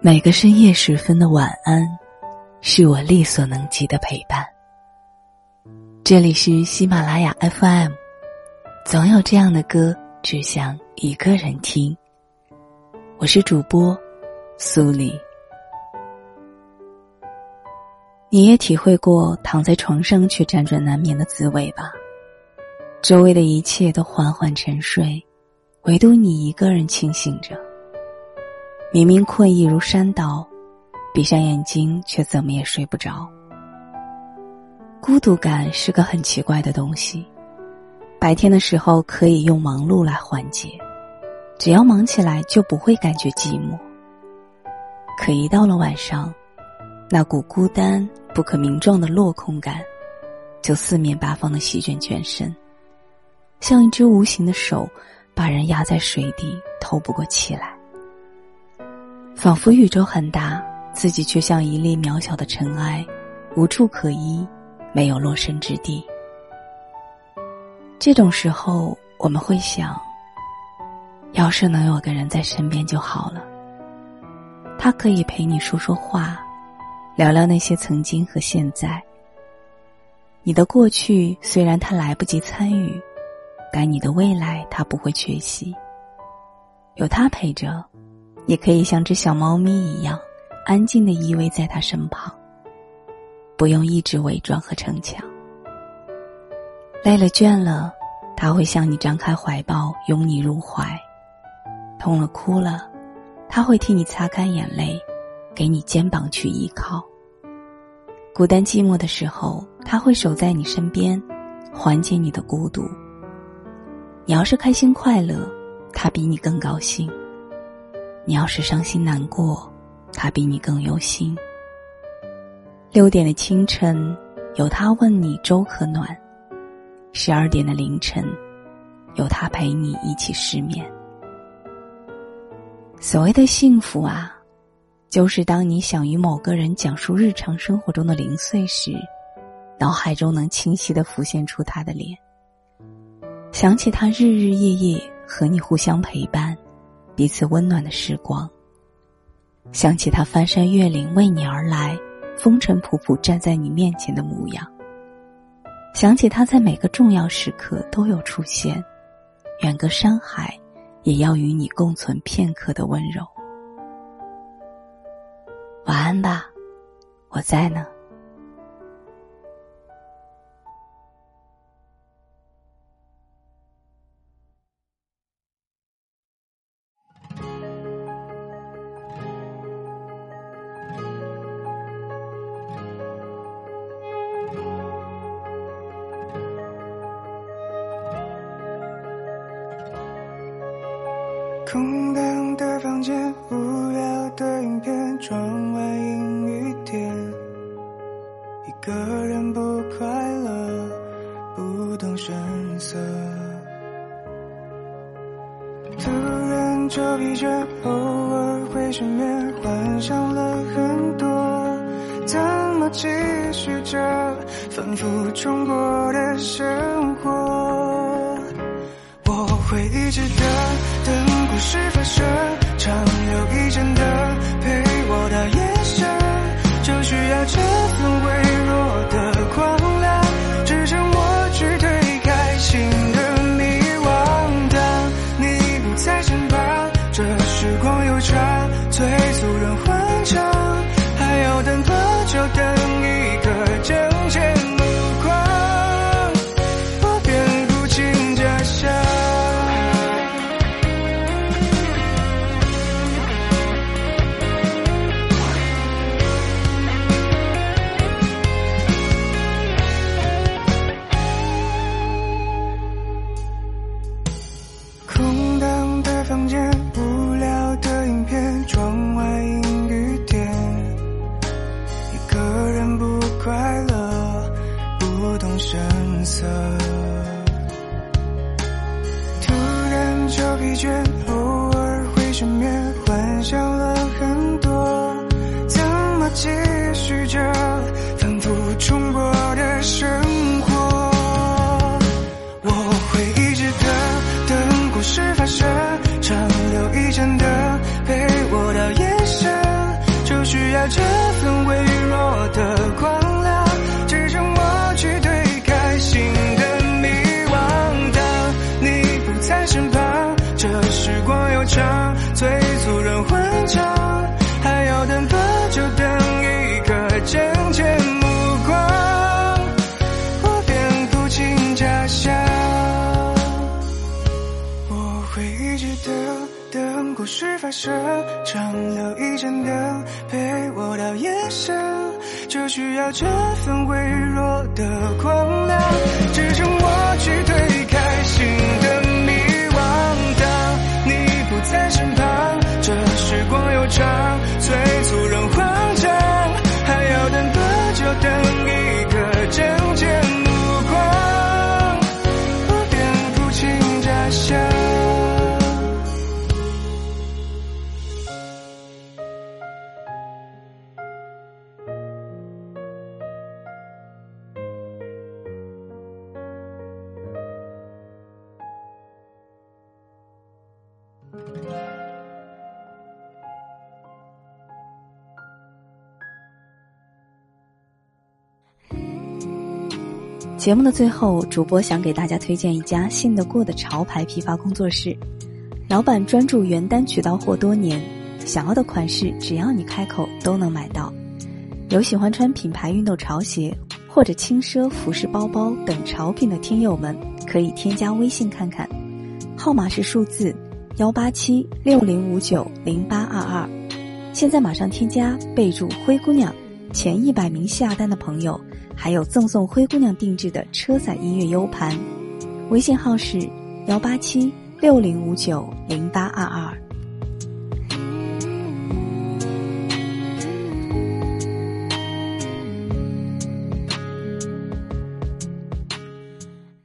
每个深夜时分的晚安，是我力所能及的陪伴。这里是喜马拉雅 FM， 总有这样的歌，只想一个人听。我是主播苏黎。你也体会过躺在床上却辗转难眠的滋味吧？周围的一切都缓缓沉睡，唯独你一个人清醒着。明明困意如山倒，闭上眼睛却怎么也睡不着。孤独感是个很奇怪的东西，白天的时候可以用忙碌来缓解，只要忙起来就不会感觉寂寞。可一到了晚上，那股孤单不可名状的落空感就四面八方的席卷全身，像一只无形的手把人压在水底，透不过气来。仿佛宇宙很大，自己却像一粒渺小的尘埃，无处可依，没有落身之地。这种时候我们会想，要是能有个人在身边就好了。他可以陪你说说话，聊聊那些曾经和现在。你的过去虽然他来不及参与，但你的未来他不会缺席。有他陪着，也可以像只小猫咪一样安静地依偎在他身旁，不用一直伪装和逞强。累了倦了，他会向你张开怀抱，拥你入怀。痛了哭了，他会替你擦干眼泪，给你肩膀去依靠。孤单寂寞的时候，他会守在你身边，缓解你的孤独。你要是开心快乐，他比你更高兴；你要是伤心难过，他比你更忧心。6点的清晨，有他问你粥可暖；12点的凌晨，有他陪你一起失眠。所谓的幸福啊，就是当你想与某个人讲述日常生活中的零碎时，脑海中能清晰地浮现出他的脸，想起他日日夜夜和你互相陪伴，彼此温暖的时光，想起他翻山越岭为你而来，风尘仆仆站在你面前的模样，想起他在每个重要时刻都有出现，远隔山海也要与你共存片刻的温柔。晚安吧，我在呢。 空荡的房间，无聊的影片，窗外阴雨天，一个人不快乐，不动声色，突然就疲倦，偶尔会失眠，幻想了很多，怎么继续着反复重播的生活。我会一直等故事发生，长留一阵的陪我到夜深，就需要这份微弱的狂澜，支撑我去推开新的迷惘。当你不在身旁，这时光又长，催促人欢畅，还要等多久？等一个真切目光，我便不禁假想。空荡的房间，无聊的影片，窗外阴雨天，一个人不快乐， 事发生，长留一盏灯陪我到夜深，就需要这份微弱的光亮，支撑我去推开新的迷惘。当你不在身旁，这时光又长，催促人慌张，还要等多久？等一个真见目光，不变不惊假象。 节目的最后，主播想给大家推荐一家信得过的潮牌批发工作室。老板专注原单渠道货多年，想要的款式只要你开口都能买到。有喜欢穿品牌运动潮鞋或者轻奢服饰包包等潮品的听友们，可以添加微信看看，号码是数字18760590822。现在马上添加，备注灰姑娘，前100名下单的朋友还有赠送灰姑娘定制的车载音乐 U 盘，微信号是18760590822。